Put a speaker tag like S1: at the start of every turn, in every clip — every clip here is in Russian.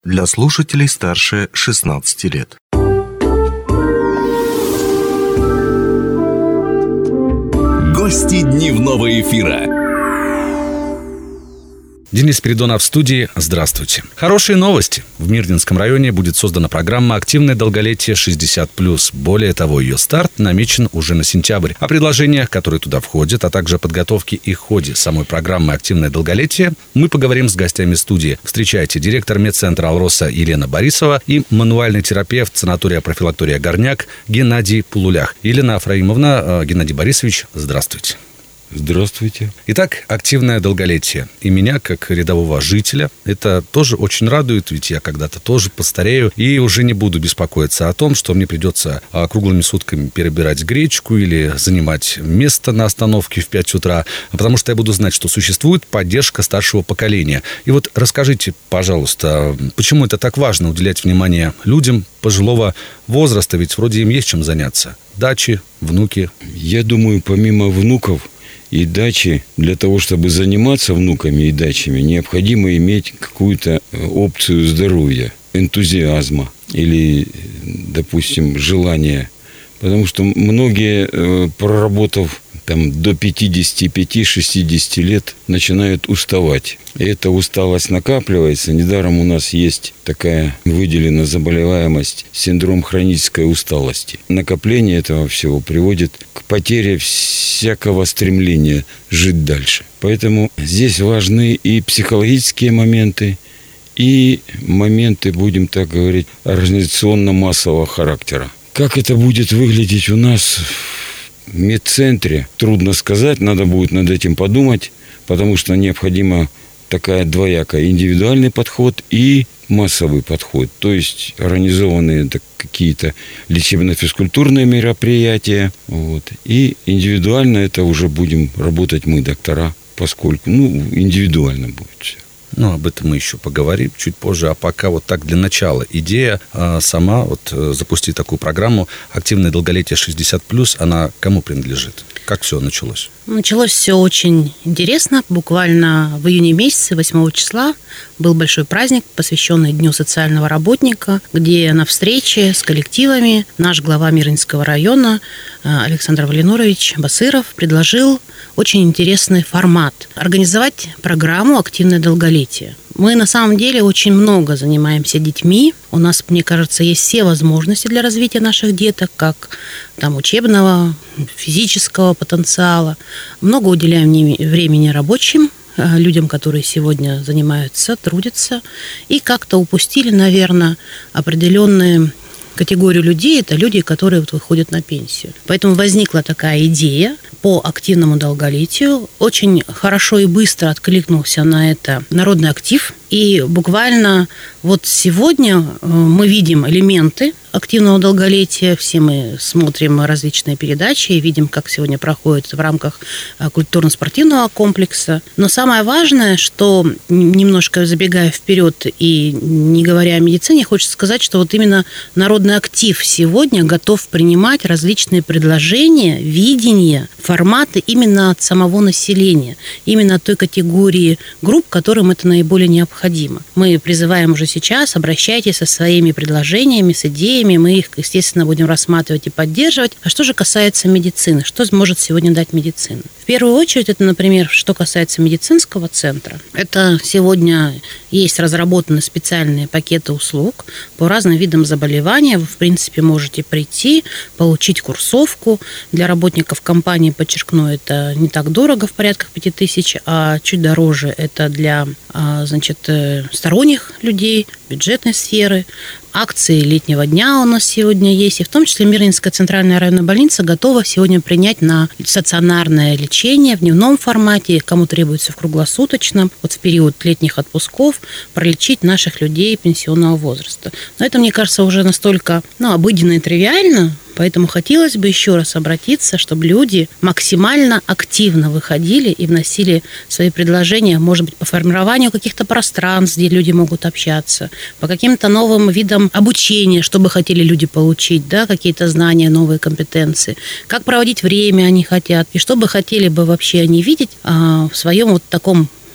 S1: для слушателей старше 16 лет.
S2: Гости дневного эфира.
S3: Денис Спиридонов в студии. Здравствуйте. Хорошие новости. В Мирнинском районе будет создана программа «Активное долголетие 60+». Более того, ее старт намечен уже на сентябрь. О предложениях, которые туда входят, а также о подготовке и ходе самой программы «Активное долголетие» мы поговорим с гостями студии. Встречайте директор медцентра «Алроса» Елена Борисова и мануальный терапевт санатория-профилактория «Горняк» Геннадий Пулулях. Елена Афраимовна, Геннадий Борисович, здравствуйте.
S4: Здравствуйте.
S3: Итак, активное долголетие. И меня, как рядового жителя, это тоже очень радует, ведь я когда-то тоже постарею и уже не буду беспокоиться о том, что мне придется круглыми сутками перебирать гречку или занимать место на остановке в 5 утра, потому что я буду знать, что существует поддержка старшего поколения. И вот расскажите, пожалуйста, почему это так важно уделять внимание людям пожилого возраста, ведь вроде им есть чем заняться. Дачи, внуки.
S4: Я думаю, помимо внуков и дачи, для того, чтобы заниматься внуками и дачами, необходимо иметь какую-то опцию здоровья, энтузиазма или, допустим, желания. Потому что многие, проработав до 55-60 лет, начинают уставать. И эта усталость накапливается. Недаром у нас есть такая выделена заболеваемость, синдром хронической усталости. Накопление этого всего приводит к потере всякого стремления жить дальше. Поэтому здесь важны и психологические моменты, и моменты, будем так говорить, организационно-массового характера. Как это будет выглядеть у нас в медцентре, трудно сказать, надо будет над этим подумать, потому что необходимо такая двоякая: индивидуальный подход и массовый подход. То есть организованные какие-то лечебно-физкультурные мероприятия. И индивидуально это уже будем работать мы, доктора, поскольку индивидуально будет все.
S3: Об этом мы еще поговорим чуть позже. А пока вот так для начала. Идея сама запустить такую программу «Активное долголетие 60+», она кому принадлежит? Как все началось?
S5: Началось все очень интересно. Буквально в июне месяце, 8 числа, был большой праздник, посвященный Дню социального работника, где на встрече с коллективами наш глава Мирнинского района Александр Валинурович Басыров предложил очень интересный формат – организовать программу «Активное долголетие». Мы на самом деле очень много занимаемся детьми. У нас, мне кажется, есть все возможности для развития наших деток, как учебного, физического потенциала. Много уделяем времени рабочим, людям, которые сегодня занимаются, трудятся. И как-то упустили, наверное, определенные категорию людей – это люди, которые выходят на пенсию. Поэтому возникла такая идея по активному долголетию. Очень хорошо и быстро откликнулся на это народный актив. И буквально сегодня мы видим элементы активного долголетия. Все мы смотрим различные передачи и видим, как сегодня проходит в рамках культурно-спортивного комплекса. Но самое важное, что, немножко забегая вперед и не говоря о медицине, хочется сказать, что именно народный актив сегодня готов принимать различные предложения, видения, форматы именно от самого населения, именно от той категории групп, которым это наиболее необходимо. Мы призываем уже сейчас: обращайтесь со своими предложениями, с идеями, мы их, естественно, будем рассматривать и поддерживать. А что же касается медицины? Что может сегодня дать медицина? В первую очередь, это, например, что касается медицинского центра. Это сегодня есть разработаны специальные пакеты услуг по разным видам заболеваний. Вы, в принципе, можете прийти, получить курсовку. Для работников компании, подчеркну, это не так дорого, в порядках 5000, а чуть дороже это для, сторонних людей, бюджетной сферы. Акции летнего дня у нас сегодня есть. И в том числе Мирнинская центральная районная больница готова сегодня принять на стационарное лечение в дневном формате, кому требуется в круглосуточном, в период летних отпусков, пролечить наших людей пенсионного возраста. Но это, мне кажется, уже настолько обыденно и тривиально, поэтому хотелось бы еще раз обратиться, чтобы люди максимально активно выходили и вносили свои предложения, может быть, по формированию каких-то пространств, где люди могут общаться, по каким-то новым видам обучения, что бы хотели люди получить, какие-то знания, новые компетенции, как проводить время они хотят, и что бы хотели бы вообще они видеть в своем таком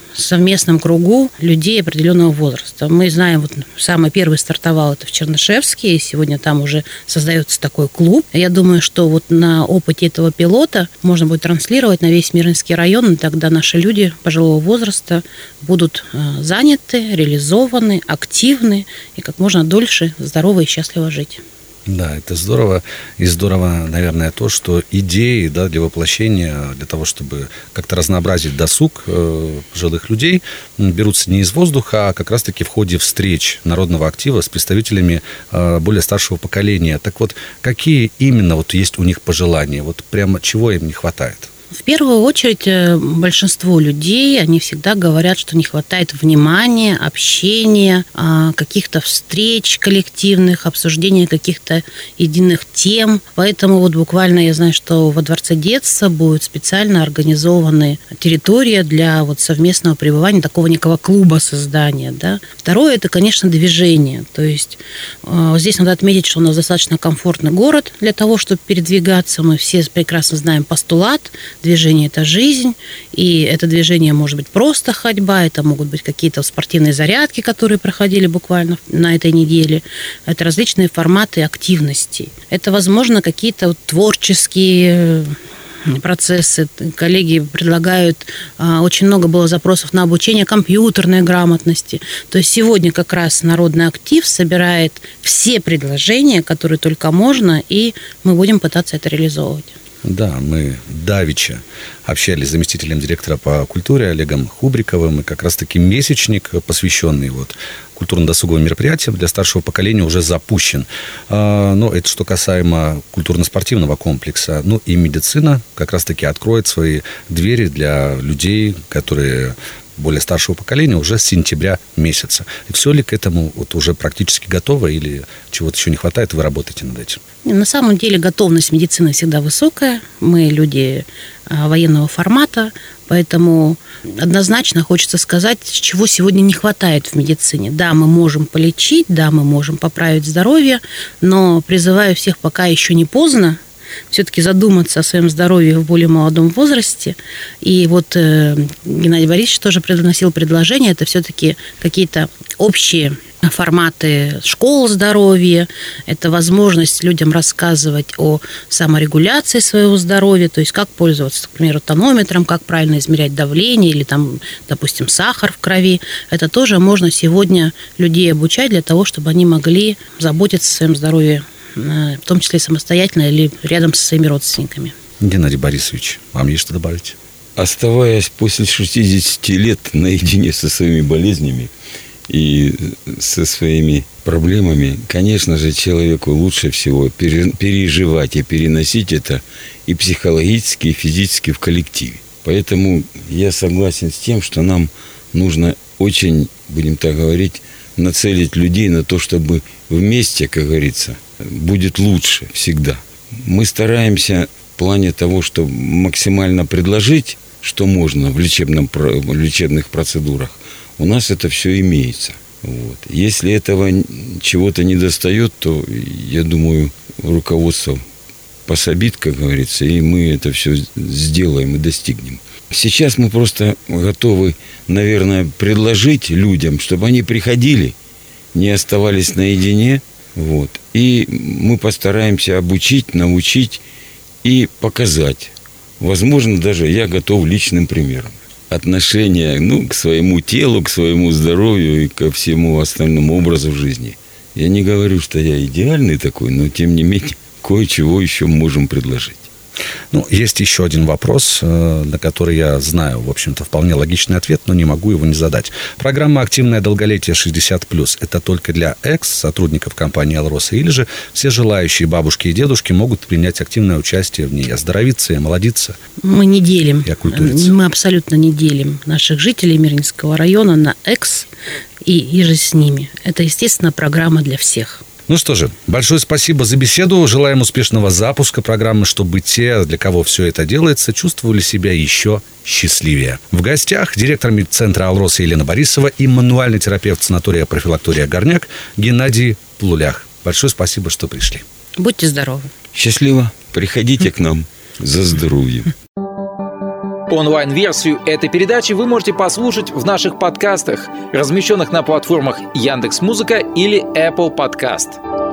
S5: совместном кругу людей определенного возраста. Мы знаем, вот самый первый стартовал это в Чернышевске, и сегодня там уже создается такой клуб. Я думаю, что вот на опыте этого пилота можно будет транслировать на весь Мирнинский район, и тогда наши люди пожилого возраста будут заняты, реализованы, активны и как можно дольше здорово и счастливо жить.
S3: Да, это здорово. И здорово, наверное, то, что идеи, да, для воплощения, для того, чтобы как-то разнообразить досуг пожилых людей, берутся не из воздуха, а как раз-таки в ходе встреч народного актива с представителями более старшего поколения. Так вот, какие именно вот есть у них пожелания? Вот прямо чего им не хватает?
S5: В первую очередь, большинство людей, они всегда говорят, что не хватает внимания, общения, каких-то встреч коллективных, обсуждения каких-то единых тем. Поэтому вот буквально я знаю, что во Дворце детства будет специально организована территория для вот совместного пребывания, такого некого клуба создания. Да. Второе, это, конечно, движение. То есть здесь надо отметить, что у нас достаточно комфортный город для того, чтобы передвигаться. Мы все прекрасно знаем постулат. Движение – это жизнь, и это движение может быть просто ходьба, это могут быть какие-то спортивные зарядки, которые проходили буквально на этой неделе. Это различные форматы активностей. Это, возможно, какие-то творческие процессы. Коллеги предлагают, очень много было запросов на обучение компьютерной грамотности. То есть сегодня как раз народный актив собирает все предложения, которые только можно, и мы будем пытаться это реализовывать.
S3: Да, мы давеча общались с заместителем директора по культуре Олегом Хубриковым, и как раз-таки месячник, посвященный вот культурно-досуговым мероприятиям для старшего поколения, уже запущен. Но это что касаемо культурно-спортивного комплекса. Ну и медицина как раз-таки откроет свои двери для людей, которые более старшего поколения уже с сентября месяца. И все ли к этому вот уже практически готово или чего-то еще не хватает, вы работаете над этим?
S5: На самом деле готовность медицины всегда высокая. Мы люди военного формата, поэтому однозначно хочется сказать, чего сегодня не хватает в медицине. Да, мы можем полечить, да, мы можем поправить здоровье, но призываю всех, пока еще не поздно, все-таки задуматься о своем здоровье в более молодом возрасте. И вот Геннадий Борисович тоже приносил предложение, это все-таки какие-то общие форматы школ здоровья, это возможность людям рассказывать о саморегуляции своего здоровья, то есть как пользоваться, к примеру, тонометром, как правильно измерять давление или, там, допустим, сахар в крови. Это тоже можно сегодня людей обучать для того, чтобы они могли заботиться о своем здоровье, в том числе самостоятельно или рядом со своими родственниками.
S3: Геннадий Борисович, вам есть что добавить?
S4: Оставаясь после 60 лет наедине со своими болезнями и со своими проблемами, конечно же, человеку лучше всего переживать и переносить это и психологически, и физически в коллективе. Поэтому я согласен с тем, что нам нужно очень, будем так говорить, нацелить людей на то, чтобы вместе, как говорится, будет лучше всегда. Мы стараемся в плане того, чтобы максимально предложить, что можно в лечебных процедурах. У нас это все имеется. Вот. Если этого чего-то недостает, то, я думаю, руководство пособит, как говорится, и мы это все сделаем и достигнем. Сейчас мы просто готовы, наверное, предложить людям, чтобы они приходили, не оставались наедине. Вот. И мы постараемся обучить, научить и показать. Возможно, даже я готов личным примером. Отношение к своему телу, к своему здоровью и ко всему остальному образу жизни. Я не говорю, что я идеальный такой, но тем не менее кое-чего еще можем предложить.
S3: Есть еще один вопрос, на который я знаю, в общем-то, вполне логичный ответ, но не могу его не задать. Программа «Активное долголетие 60+» – это только для экс-сотрудников компании «Алроса», или же все желающие бабушки и дедушки могут принять активное участие в ней, оздоровиться и омолодиться?
S5: Мы не делим.
S3: И окультуриться.
S5: Мы абсолютно не делим наших жителей Мирнинского района на экс и же с ними. Это, естественно, программа для всех.
S3: Ну что же, большое спасибо за беседу. Желаем успешного запуска программы, чтобы те, для кого все это делается, чувствовали себя еще счастливее. В гостях директор медцентра «Алроса» Елена Борисова и мануальный терапевт санатория «Профилактория Горняк» Геннадий Плулях. Большое спасибо, что пришли.
S5: Будьте здоровы.
S4: Счастливо. Приходите к нам за здоровьем.
S6: Онлайн-версию этой передачи вы можете послушать в наших подкастах, размещенных на платформах Яндекс.Музыка или Apple Podcast.